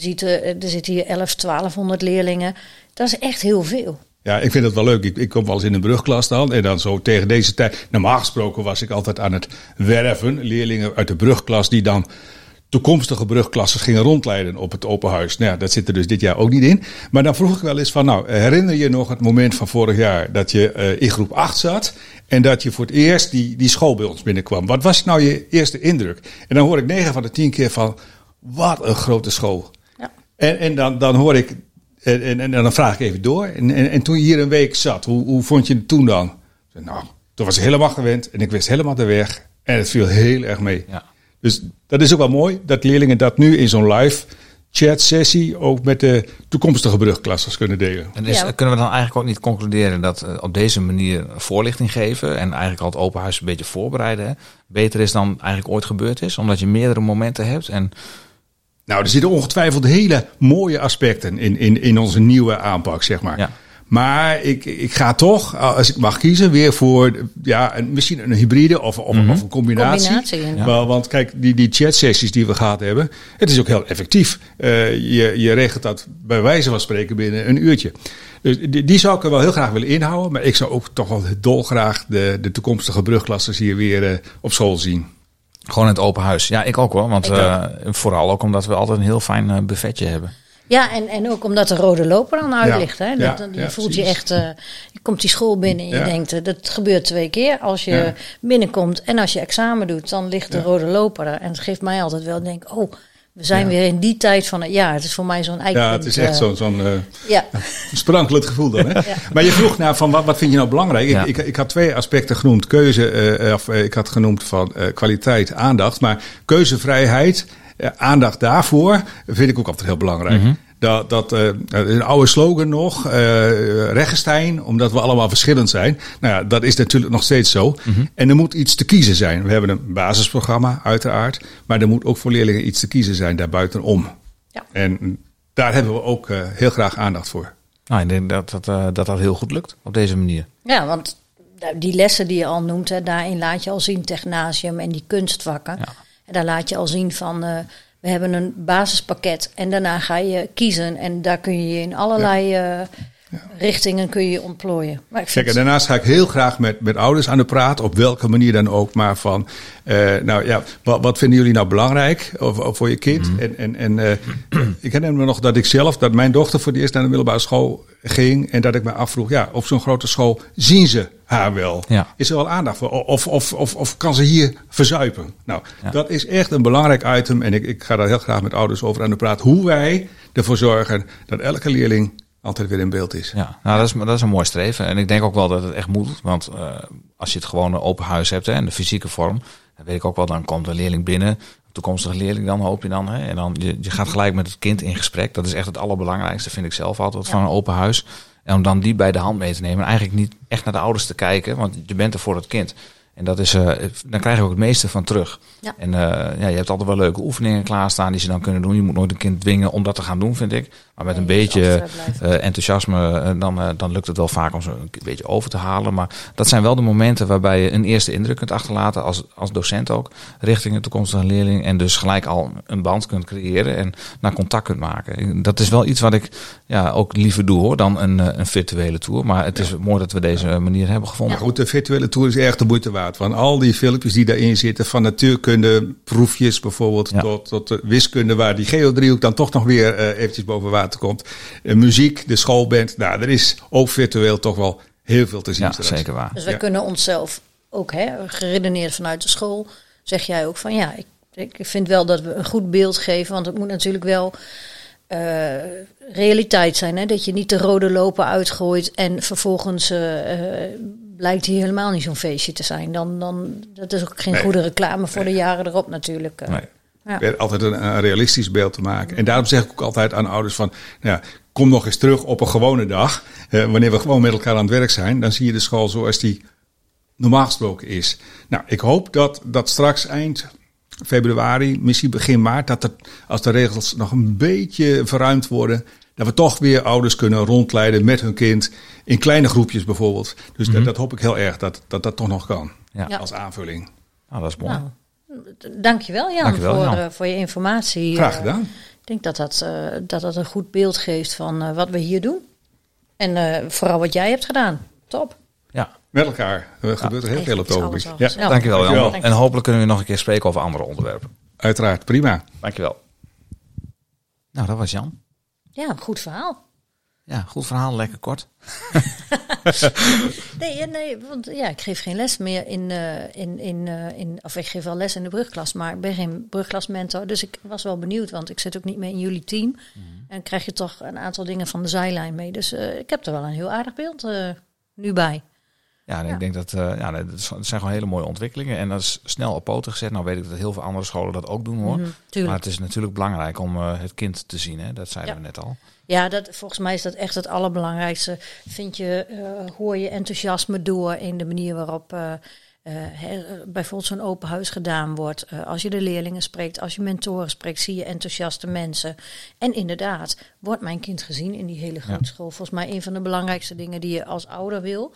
zitten hier 1200 leerlingen. Dat is echt heel veel. Ja, ik vind het wel leuk. Ik kom wel eens in een brugklas dan. En dan zo tegen deze tijd. Normaal gesproken was ik altijd aan het werven. Leerlingen uit de brugklas die dan toekomstige brugklassen gingen rondleiden op het open huis. Nou ja, dat zit er dus dit jaar ook niet in. Maar dan vroeg ik wel eens van, herinner je nog het moment van vorig jaar dat je in groep 8 zat en dat je voor het eerst die school bij ons binnenkwam? Wat was nou je eerste indruk? En dan hoor ik 9 van de 10 keer van, wat een grote school. Ja. En dan hoor ik, en dan vraag ik even door. En toen je hier een week zat, hoe vond je het toen dan? Nou, toen was ik helemaal gewend en ik wist helemaal de weg en het viel heel erg mee. Ja. Dus dat is ook wel mooi, dat leerlingen dat nu in zo'n live chat-sessie ook met de toekomstige brugklassers kunnen delen. En kunnen we dan eigenlijk ook niet concluderen dat op deze manier voorlichting geven en eigenlijk al het open huis een beetje voorbereiden beter is dan eigenlijk ooit gebeurd is, omdat je meerdere momenten hebt? Nou, er zitten ongetwijfeld hele mooie aspecten in onze nieuwe aanpak, zeg maar. Ja. Maar ik ga toch, als ik mag kiezen, weer voor misschien een hybride of een combinatie. Want kijk, die chatsessies die we gehad hebben, het is ook heel effectief. Je regelt dat bij wijze van spreken binnen een uurtje. Dus die zou ik er wel heel graag willen inhouden. Maar ik zou ook toch wel dolgraag de toekomstige brugklassers hier weer op school zien. Gewoon in het open huis. Ja, ik ook hoor. Want vooral ook omdat we altijd een heel fijn buffetje hebben. Ja, en ook omdat de rode loper dan uit ligt. Hè? Je voelt je echt, je komt die school binnen en je denkt, dat gebeurt 2 keer. Als je binnenkomt en als je examen doet, dan ligt de rode loper er. En het geeft mij altijd wel, denk we zijn weer in die tijd van het jaar. Het is voor mij zo'n eikpunt. Ja, het is echt zo'n sprankelend gevoel dan. Hè? Ja. Maar je vroeg naar van wat vind je nou belangrijk? Ja. Ik had 2 aspecten genoemd. Ik had genoemd van kwaliteit, aandacht. Maar keuzevrijheid, aandacht daarvoor vind ik ook altijd heel belangrijk. Mm-hmm. Dat een oude slogan nog, Regenstein, omdat we allemaal verschillend zijn. Nou ja, dat is natuurlijk nog steeds zo. Mm-hmm. En er moet iets te kiezen zijn. We hebben een basisprogramma, uiteraard. Maar er moet ook voor leerlingen iets te kiezen zijn daarbuitenom. Ja. En daar hebben we ook heel graag aandacht voor. Nou, ik denk dat heel goed lukt op deze manier. Ja, want die lessen die je al noemt, daarin laat je al zien Technasium en die kunstvakken. Ja. En daar laat je al zien van, we hebben een basispakket en daarna ga je kiezen. En daar kun je in allerlei richtingen kun je ontplooien. Maar kijk, en daarnaast ga ik heel graag met ouders aan de praat, op welke manier dan ook. Maar van, wat vinden jullie nou belangrijk voor je kind? Mm-hmm. Ik herinner me nog dat mijn dochter voor het eerst naar de middelbare school ging. En dat ik me afvroeg, op zo'n grote school zien ze haar wel? Ja. Is er wel aandacht voor? Of kan ze hier verzuipen? Nou, dat is echt een belangrijk item. En ik ga daar heel graag met ouders over aan de praat. Hoe wij ervoor zorgen dat elke leerling altijd weer in beeld is. Ja, nou, dat is een mooi streven. En ik denk ook wel dat het echt moet. Want als je het gewoon een open huis hebt en de fysieke vorm, dan weet ik ook wel, dan komt een leerling binnen, een toekomstige leerling dan, hoop je dan. Hè, en dan je gaat gelijk met het kind in gesprek. Dat is echt het allerbelangrijkste, vind ik zelf altijd, van een open huis. En om dan die bij de hand mee te nemen. En eigenlijk niet echt naar de ouders te kijken, want je bent er voor het kind. En dat is, dan krijg je ook het meeste van terug. Ja. En je hebt altijd wel leuke oefeningen klaarstaan die ze dan kunnen doen. Je moet nooit een kind dwingen om dat te gaan doen, vind ik. Maar met een beetje enthousiasme, dan lukt het wel vaak om ze een beetje over te halen. Maar dat zijn wel de momenten waarbij je een eerste indruk kunt achterlaten, als docent ook, richting een toekomstige leerling. En dus gelijk al een band kunt creëren en naar contact kunt maken. Dat is wel iets wat ik ook liever doe hoor, dan een virtuele tour. Maar het is mooi dat we deze manier hebben gevonden. Ja, goed, de virtuele tour is erg de moeite waard. Van al die filmpjes die daarin zitten, van natuurkunde, proefjes bijvoorbeeld, tot de wiskunde, waar die geodriehoek dan toch nog weer eventjes boven water komt. Muziek, de schoolband, er is ook virtueel toch wel heel veel te zien. Ja, zeker waar. Dus wij kunnen onszelf ook, geredeneerd vanuit de school, zeg jij ook van ik vind wel dat we een goed beeld geven, want het moet natuurlijk wel realiteit zijn. Hè? Dat je niet de rode loper uitgooit en vervolgens blijkt hier helemaal niet zo'n feestje te zijn. Dan dat is ook geen goede reclame voor de jaren erop natuurlijk. Nee. Ja. Altijd een realistisch beeld te maken. En daarom zeg ik ook altijd aan ouders van, kom nog eens terug op een gewone dag. Wanneer we gewoon met elkaar aan het werk zijn, dan zie je de school zoals die normaal gesproken is. Nou, ik hoop dat straks eind februari, misschien begin maart, dat als de regels nog een beetje verruimd worden, dat we toch weer ouders kunnen rondleiden met hun kind in kleine groepjes bijvoorbeeld. Dus dat hoop ik heel erg dat toch nog kan. Ja. Als aanvulling. Nou, dat is mooi. Nou, dankjewel Jan, voor je informatie. Graag gedaan. Ik denk dat een goed beeld geeft van wat we hier doen. En vooral wat jij hebt gedaan. Top. Ja. Met elkaar. Er gebeurt er heel veel op het ogenblik. Ja. Dankjewel Jan. En hopelijk kunnen we nog een keer spreken over andere onderwerpen. Uiteraard, prima. Dankjewel. Nou, dat was Jan. Ja, goed verhaal. Ja, goed verhaal, lekker kort. Nee, want ik geef geen les meer of ik geef wel les in de brugklas, maar ik ben geen brugklasmentor. Dus ik was wel benieuwd, want ik zit ook niet meer in jullie team. En krijg je toch een aantal dingen van de zijlijn mee. Dus ik heb er wel een heel aardig beeld nu bij. Ja, ik denk dat het zijn gewoon hele mooie ontwikkelingen. En dat is snel op poten gezet. Nou weet ik dat heel veel andere scholen dat ook doen hoor. Maar het is natuurlijk belangrijk om het kind te zien. Hè? Dat zeiden we net al. Ja, volgens mij is dat echt het allerbelangrijkste. Hoor je enthousiasme door in de manier waarop bijvoorbeeld zo'n open huis gedaan wordt. Als je de leerlingen spreekt, als je mentoren spreekt, zie je enthousiaste mensen. En inderdaad, wordt mijn kind gezien in die hele grote school. Volgens mij een van de belangrijkste dingen die je als ouder wil.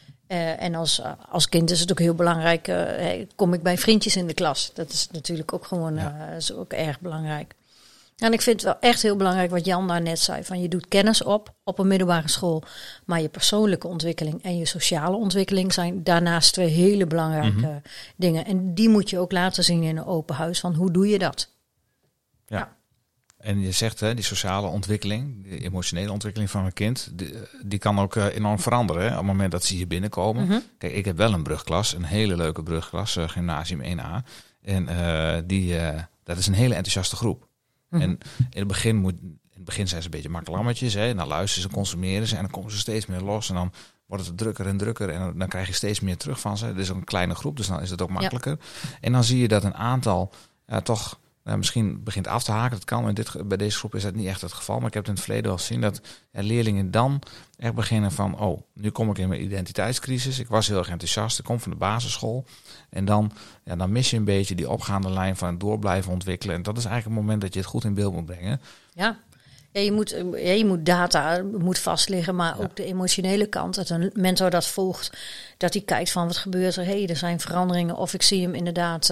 En als kind is het ook heel belangrijk, kom ik bij vriendjes in de klas. Dat is natuurlijk ook gewoon is ook erg belangrijk. En ik vind het wel echt heel belangrijk wat Jan daar net zei. Van je doet kennis op een middelbare school. Maar je persoonlijke ontwikkeling en je sociale ontwikkeling zijn daarnaast twee hele belangrijke dingen. En die moet je ook laten zien in een open huis. Van hoe doe je dat? Ja. En je zegt, die sociale ontwikkeling, de emotionele ontwikkeling van een kind, die kan ook enorm veranderen. Hè, op het moment dat ze hier binnenkomen. Kijk, ik heb wel een brugklas, een hele leuke brugklas, gymnasium 1A. En dat is een hele enthousiaste groep. En in het begin zijn ze een beetje makkelammetjes. En dan luisteren ze, consumeren ze en dan komen ze steeds meer los. En dan wordt het drukker en drukker en dan krijg je steeds meer terug van ze. Het is ook een kleine groep, dus dan is het ook makkelijker. Ja. En dan zie je dat een aantal toch misschien begint af te haken. Dat kan, maar bij deze groep is dat niet echt het geval. Maar ik heb het in het verleden wel gezien dat leerlingen dan echt beginnen van, nu kom ik in mijn identiteitscrisis. Ik was heel erg enthousiast, ik kom van de basisschool. En dan mis je een beetje die opgaande lijn van het door blijven ontwikkelen. En dat is eigenlijk het moment dat je het goed in beeld moet brengen. Ja. Ja, je moet data moet vastliggen, maar ook de emotionele kant. Dat een mentor dat volgt, dat hij kijkt van wat gebeurt er. Er zijn veranderingen of ik zie hem inderdaad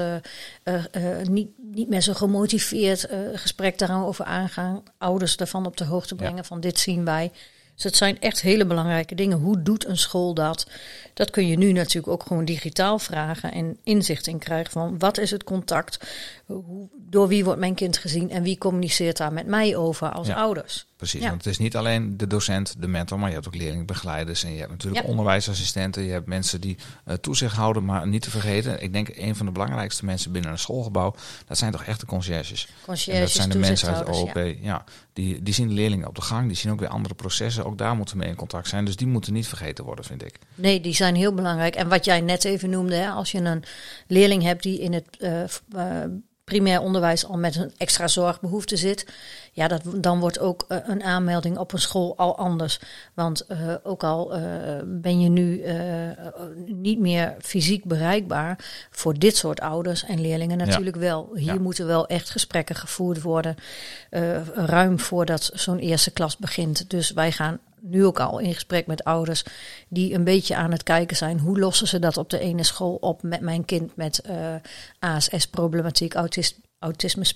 niet meer zo gemotiveerd gesprek daarover aangaan. Ouders daarvan op de hoogte brengen van dit zien wij. Dus het zijn echt hele belangrijke dingen. Hoe doet een school dat? Dat kun je nu natuurlijk ook gewoon digitaal vragen en inzicht in krijgen van wat is het contact? Door wie wordt mijn kind gezien en wie communiceert daar met mij over als ouders? Precies, want het is niet alleen de docent, de mentor, maar je hebt ook leerlingbegeleiders en je hebt natuurlijk onderwijsassistenten. Je hebt mensen die toezicht houden, maar niet te vergeten. Ik denk een van de belangrijkste mensen binnen een schoolgebouw, dat zijn toch echt de conciërges. En dat zijn de mensen uit de OOP. Die zien de leerlingen op de gang, die zien ook weer andere processen. Ook daar moeten we mee in contact zijn. Dus die moeten niet vergeten worden, vind ik. Nee, die zijn heel belangrijk. En wat jij net even noemde, als je een leerling hebt die in het primair onderwijs al met een extra zorgbehoefte zit, dan wordt ook een aanmelding op een school al anders. Want ook al ben je nu niet meer fysiek bereikbaar, voor dit soort ouders en leerlingen natuurlijk wel. Hier moeten wel echt gesprekken gevoerd worden, ruim voordat zo'n eerste klas begint. Dus wij gaan nu ook al in gesprek met ouders die een beetje aan het kijken zijn. Hoe lossen ze dat op de ene school op met mijn kind met ASS-problematiek,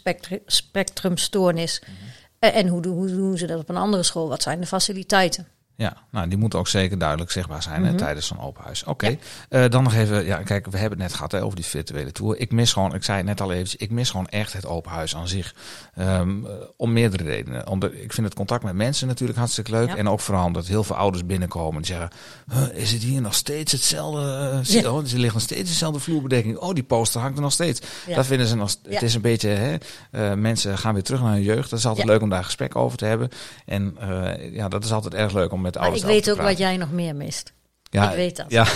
autisme-spectrumstoornis. En hoe doen ze dat op een andere school? Wat zijn de faciliteiten? Ja, nou, die moeten ook zeker duidelijk zichtbaar zijn hè, tijdens zo'n open huis. Oké. Dan nog even, kijk, we hebben het net gehad over die virtuele tour. Ik zei het net al eventjes, ik mis gewoon echt het open huis aan zich. Om meerdere redenen. Ik vind het contact met mensen natuurlijk hartstikke leuk. Ja. En ook vooral omdat heel veel ouders binnenkomen die zeggen, is het hier nog steeds hetzelfde? Ze ligt nog steeds dezelfde vloerbedekking. Oh, die poster hangt er nog steeds. Ja. Dat vinden ze nog. Het is een beetje, mensen gaan weer terug naar hun jeugd. Dat is altijd leuk om daar gesprek over te hebben. En dat is altijd erg leuk om met ouders te praten. Ik weet ook wat jij nog meer mist. Ja, ik weet dat. Ja.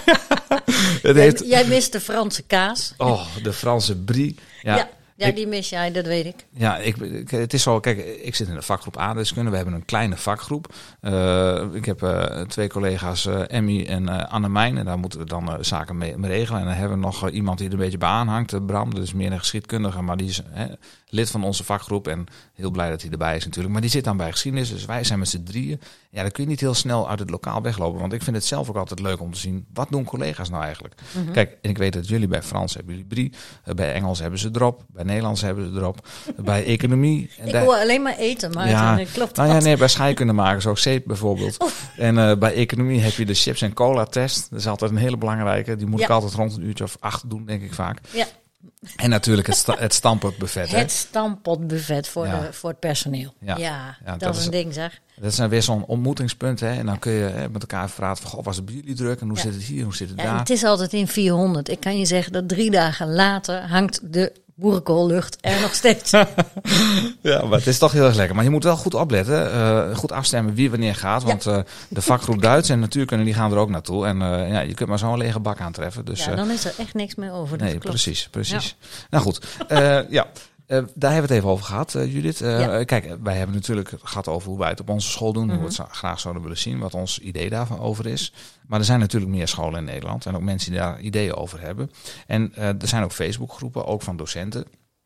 Jij mist de Franse kaas. Oh, de Franse brie. Ja, die mis jij, dat weet ik. Ja, het is zo, kijk, ik zit in de vakgroep aardrijkskunde. We hebben een kleine vakgroep. Ik heb 2 collega's, Emmy en Annemijn. En daar moeten we dan zaken mee regelen. En dan hebben we nog iemand die er een beetje bij aanhangt, Bram. Dat is meer een geschiedkundige, maar die is lid van onze vakgroep. En heel blij dat hij erbij is natuurlijk. Maar die zit dan bij geschiedenis, dus wij zijn met z'n drieën. Ja, dan kun je niet heel snel uit het lokaal weglopen. Want ik vind het zelf ook altijd leuk om te zien, wat doen collega's nou eigenlijk? Kijk, en ik weet dat jullie bij Frans hebben jullie brie. Bij Engels hebben ze drop. Bij Nederlands hebben ze erop. Bij economie. Ik hoor alleen maar eten, maar het klopt nee, bij scheikunde maken ze ook zeep bijvoorbeeld. En bij economie heb je de chips en cola test. Dat is altijd een hele belangrijke. Die moet ik altijd rond een uurtje of 8 doen, denk ik vaak. Ja. En natuurlijk het stampotbuffet. Het stampotbuffet voor het personeel. Ja, dat is een ding, zeg. Dat is dan weer zo'n ontmoetingspunt. Hè? En dan kun je met elkaar praten van, was het bij jullie druk? En hoe zit het hier? Hoe zit het daar? Het is altijd in 400. Ik kan je zeggen dat 3 dagen later hangt de boerenkoollucht er nog steeds. Ja, maar het is toch heel erg lekker. Maar je moet wel goed opletten. Goed afstemmen wie wanneer gaat. Want de vakgroep Duits en natuurkunde die gaan er ook naartoe. En je kunt maar zo'n lege bak aantreffen. Dus, dan is er echt niks meer over. Nee, precies. Ja. Nou goed, daar hebben we het even over gehad, Judith. Kijk, wij hebben natuurlijk gehad over hoe wij het op onze school doen. Hoe we het graag zouden willen zien. Wat ons idee daarvan over is. Maar er zijn natuurlijk meer scholen in Nederland. En ook mensen die daar ideeën over hebben. En er zijn ook Facebookgroepen, ook van docenten.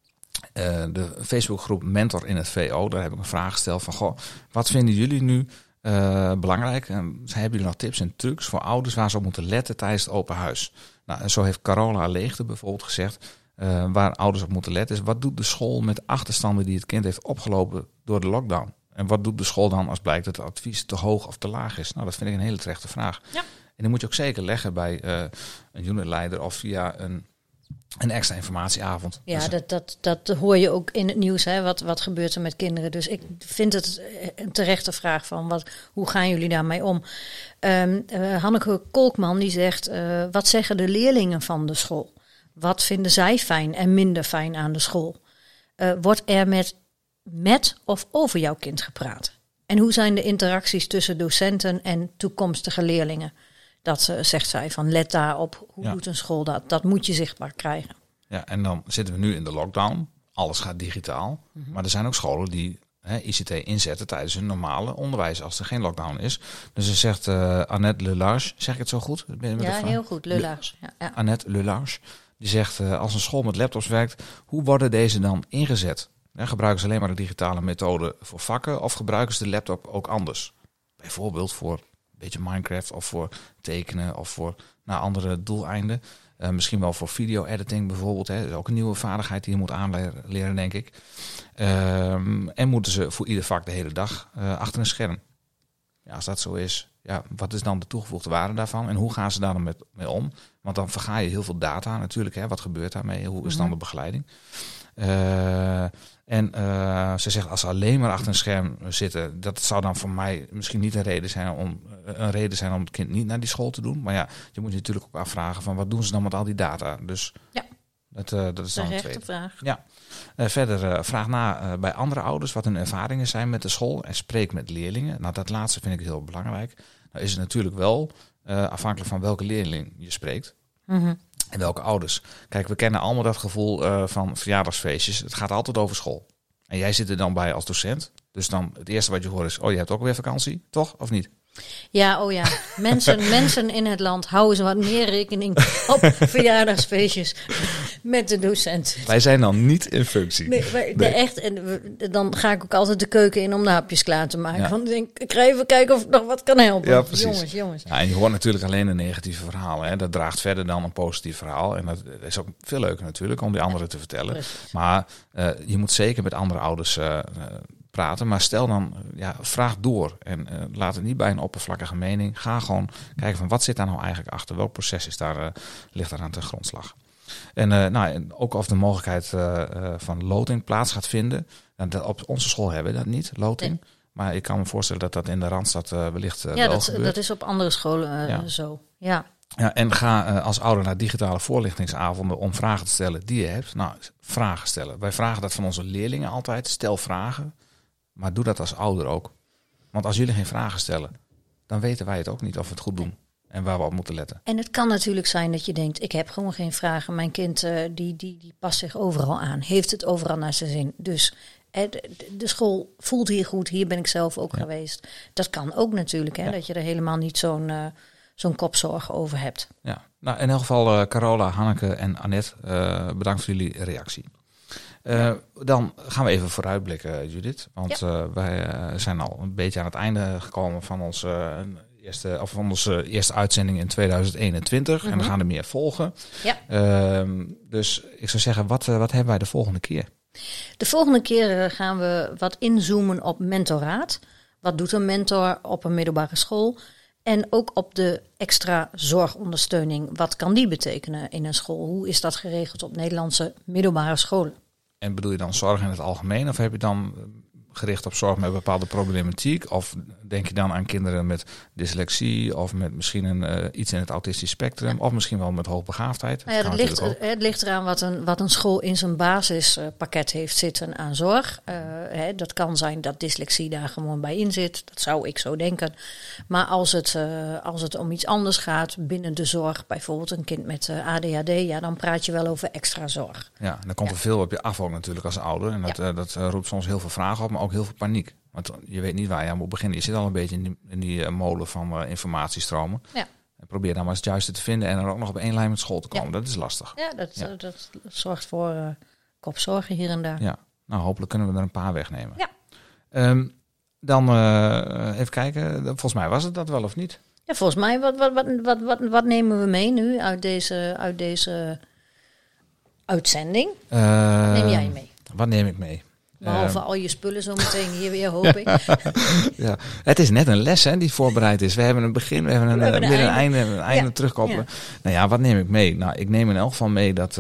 De Facebookgroep Mentor in het VO. Daar heb ik een vraag gesteld van, wat vinden jullie nu belangrijk? Hebben jullie nog tips en trucs voor ouders waar ze op moeten letten tijdens het open huis? Nou, zo heeft Carola Leegte bijvoorbeeld gezegd. Waar ouders op moeten letten is, wat doet de school met achterstanden die het kind heeft opgelopen door de lockdown? En wat doet de school dan als blijkt dat het advies te hoog of te laag is? Nou, dat vind ik een hele terechte vraag. Ja. En die moet je ook zeker leggen bij een unitleider of via een extra informatieavond. Ja, dat hoor je ook in het nieuws. Hè? Wat gebeurt er met kinderen? Dus ik vind het een terechte vraag van hoe gaan jullie daarmee om? Hanneke Kolkman die zegt, wat zeggen de leerlingen van de school? Wat vinden zij fijn en minder fijn aan de school? Wordt er met of over jouw kind gepraat? En hoe zijn de interacties tussen docenten en toekomstige leerlingen? Dat zegt zij van let daarop, hoe doet een school dat? Dat moet je zichtbaar krijgen. Ja, en dan zitten we nu in de lockdown. Alles gaat digitaal. Maar er zijn ook scholen die ICT inzetten tijdens hun normale onderwijs als er geen lockdown is. Dus ze zegt Annette Lelarge, zeg ik het zo goed? Heel goed, Lelarge. Ja. Annette Lelarge. Die zegt, als een school met laptops werkt, hoe worden deze dan ingezet? Gebruiken ze alleen maar de digitale methode voor vakken of gebruiken ze de laptop ook anders? Bijvoorbeeld voor een beetje Minecraft of voor tekenen of voor andere doeleinden. Misschien wel voor video-editing bijvoorbeeld. Dat is ook een nieuwe vaardigheid die je moet aanleren, denk ik. En moeten ze voor ieder vak de hele dag achter een scherm? Ja, als dat zo is, wat is dan de toegevoegde waarde daarvan? En hoe gaan ze daar dan mee om? Want dan verga je heel veel data natuurlijk. Wat gebeurt daarmee? Hoe is dan de begeleiding? Ze zegt, als ze alleen maar achter een scherm zitten, dat zou dan voor mij misschien niet een reden zijn om het kind niet naar die school te doen. Maar je moet je natuurlijk ook afvragen van wat doen ze dan met al die data? Dus dat is dan een tweede vraag. Ja. Verder vraag na bij andere ouders wat hun ervaringen zijn met de school en spreek met leerlingen. Nou, dat laatste vind ik heel belangrijk. Nou is het natuurlijk wel afhankelijk van welke leerling je spreekt. En welke ouders. Kijk, we kennen allemaal dat gevoel van verjaardagsfeestjes. Het gaat altijd over school. En jij zit er dan bij als docent. Dus dan het eerste wat je hoort is, je hebt ook weer vakantie, toch? Of niet? Ja, mensen in het land houden zo wat meer rekening op verjaardagsfeestjes met de docenten. Wij zijn dan niet in functie. Nee. Echt. En dan ga ik ook altijd de keuken in om de hapjes klaar te maken. Want ik ga even kijken of ik nog wat kan helpen. Ja, precies. Jongens. Ja, en je hoort natuurlijk alleen een negatieve verhaal. Hè. Dat draagt verder dan een positief verhaal. En dat is ook veel leuker natuurlijk om die anderen te vertellen. Precies. Maar je moet zeker met andere ouders praten. Maar stel dan, vraag door. En laat het niet bij een oppervlakkige mening. Ga gewoon kijken van wat zit daar nou eigenlijk achter. Welk proces ligt daar aan ten grondslag. En ook of de mogelijkheid van loting plaats gaat vinden. Op onze school hebben we dat niet, loting. Nee. Maar ik kan me voorstellen dat dat in de Randstad wellicht wel gebeurt. Dat is op andere scholen zo. Ja. Ja, en ga als ouder naar digitale voorlichtingsavonden om vragen te stellen die je hebt. Nou, vragen stellen. Wij vragen dat van onze leerlingen altijd. Stel vragen, maar doe dat als ouder ook. Want als jullie geen vragen stellen, dan weten wij het ook niet of we het goed doen. En waar we op moeten letten. En het kan natuurlijk zijn dat je denkt, ik heb gewoon geen vragen. Mijn kind die past zich overal aan. Heeft het overal naar zijn zin. Dus de school voelt hier goed. Hier ben ik zelf ook geweest. Dat kan ook natuurlijk. Dat je er helemaal niet zo'n kopzorg over hebt. Ja, nou in elk geval Carola, Hanneke en Annette, bedankt voor jullie reactie. Dan gaan we even vooruitblikken, Judith. Want wij zijn al een beetje aan het einde gekomen van onze eerste uitzending in 2021. Mm-hmm. En er gaan er meer volgen. Ja. Dus ik zou zeggen, wat hebben wij de volgende keer? De volgende keer gaan we wat inzoomen op mentoraat. Wat doet een mentor op een middelbare school? En ook op de extra zorgondersteuning. Wat kan die betekenen in een school? Hoe is dat geregeld op Nederlandse middelbare scholen? En bedoel je dan zorg in het algemeen? Of heb je dan gericht op zorg met bepaalde problematiek? Of denk je dan aan kinderen met dyslexie? Of met misschien iets in het autistisch spectrum? Of misschien wel met hoogbegaafdheid? Nou het ligt eraan wat een school in zijn basispakket heeft zitten aan zorg. Dat kan zijn dat dyslexie daar gewoon bij in zit. Dat zou ik zo denken. Maar als het om iets anders gaat binnen de zorg, bijvoorbeeld een kind met ADHD, dan praat je wel over extra zorg. Ja, en dan komt er veel op je af ook natuurlijk als ouder. En dat roept soms heel veel vragen op, maar ook heel veel paniek. Want je weet niet waar je aan moet beginnen. Je zit al een beetje in die molen van informatiestromen. Ja. En probeer dan maar eens het juiste te vinden en er ook nog op één lijn met school te komen. Ja. Dat is lastig. Ja, dat zorgt voor kopzorgen hier en daar. Ja, nou hopelijk kunnen we er een paar wegnemen. Ja. Dan even kijken. Volgens mij was het dat wel of niet? Ja, volgens mij. Wat nemen we mee nu uit deze uitzending? Neem jij mee? Wat neem ik mee? Behalve al je spullen zo meteen hier weer, hoop ik. Ja, het is net een les die voorbereid is. We hebben een begin, we hebben een einde terugkoppelen. Ja. Nou ja, wat neem ik mee? Nou, ik neem in elk geval mee dat,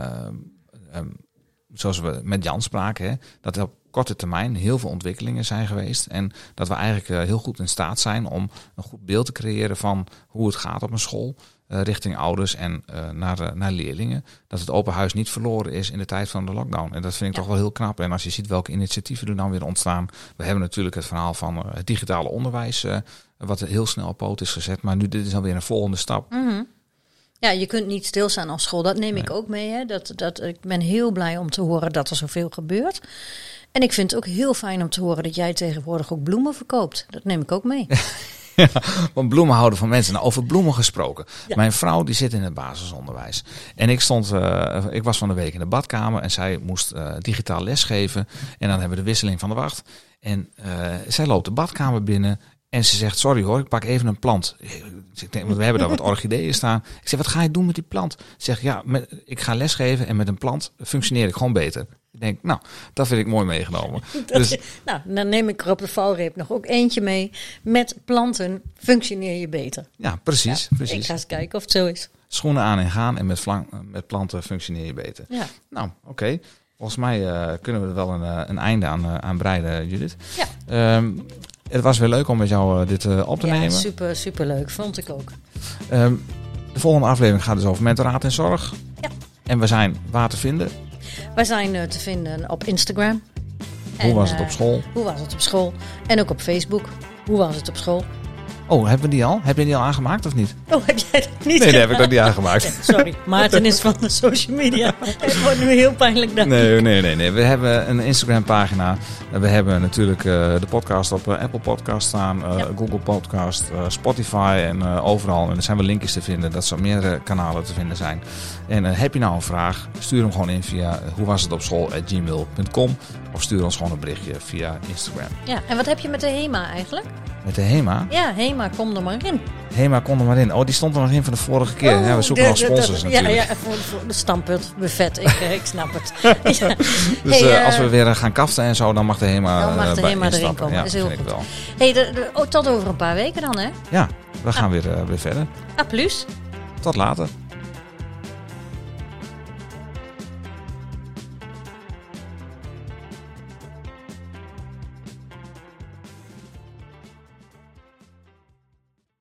zoals we met Jan spraken, dat er op korte termijn heel veel ontwikkelingen zijn geweest. En dat we eigenlijk heel goed in staat zijn om een goed beeld te creëren van hoe het gaat op een school. Richting ouders en naar leerlingen. Dat het open huis niet verloren is in de tijd van de lockdown. En dat vind ik toch wel heel knap. En als je ziet welke initiatieven er dan weer ontstaan. We hebben natuurlijk het verhaal van het digitale onderwijs. Wat heel snel op poot is gezet. Maar nu dit is alweer een volgende stap. Mm-hmm. Ja, je kunt niet stilstaan als school. Dat neem ik ook mee. Hè. Ik ben heel blij om te horen dat er zoveel gebeurt. En ik vind het ook heel fijn om te horen dat jij tegenwoordig ook bloemen verkoopt. Dat neem ik ook mee. Ja, want bloemen houden van mensen. Nou, over bloemen gesproken. Ja. Mijn vrouw die zit in het basisonderwijs. En ik was van de week in de badkamer en zij moest digitaal lesgeven. En dan hebben we de wisseling van de wacht. En zij loopt de badkamer binnen en ze zegt, sorry hoor, ik pak even een plant. Ik denk, we hebben daar wat orchideeën staan. Ik zeg, wat ga je doen met die plant? Ze zegt, ja, ik ga lesgeven en met een plant functioneer ik gewoon beter. Ik denk, nou, dat vind ik mooi meegenomen. Nou, dan neem ik er op de valreep nog ook eentje mee. Met planten functioneer je beter. Ja, precies. Ik ga eens kijken of het zo is. Schoenen aan en gaan en met planten functioneer je beter. Ja. Nou, oké. Volgens mij kunnen we er wel een einde aan breiden, Judith. Ja. Het was weer leuk om met jou dit op te nemen. Super, super leuk. Vond ik ook. De volgende aflevering gaat dus over mentoraat en zorg. Ja. En we zijn waar te vinden? Wij zijn te vinden op Instagram. Hoe was het op school? Hoe was het op school? En ook op Facebook. Hoe was het op school? Oh, hebben we die al? Heb je die al aangemaakt of niet? Oh, heb jij dat niet? Nee, dat heb ik ook niet aangemaakt. Nee, sorry, Maarten is van de social media. Het wordt nu heel pijnlijk. Nee. We hebben een Instagram pagina. We hebben natuurlijk de podcast op Apple Podcast staan. Google Podcast, Spotify en overal. En er zijn wel linkjes te vinden. Dat er meerdere kanalen te vinden zijn. En heb je nou een vraag? Stuur hem gewoon in via hoewashetopschool@gmail.com. Of stuur ons gewoon een berichtje via Instagram. Ja, en wat heb je met de HEMA eigenlijk? Met de HEMA? Ja, HEMA, kom er maar in. HEMA, kom er maar in. Oh, die stond er nog in van de vorige keer. We zoeken nog sponsors natuurlijk. Ja, voor de Standpunt buffet. Ik snap het. Ja. Dus als we weer gaan kaften en zo, dan mag de HEMA, erin komen. Ja, dat is heel goed. Wel. Hey, tot over een paar weken dan, hè? Ja, we gaan weer verder. Plus. Tot later.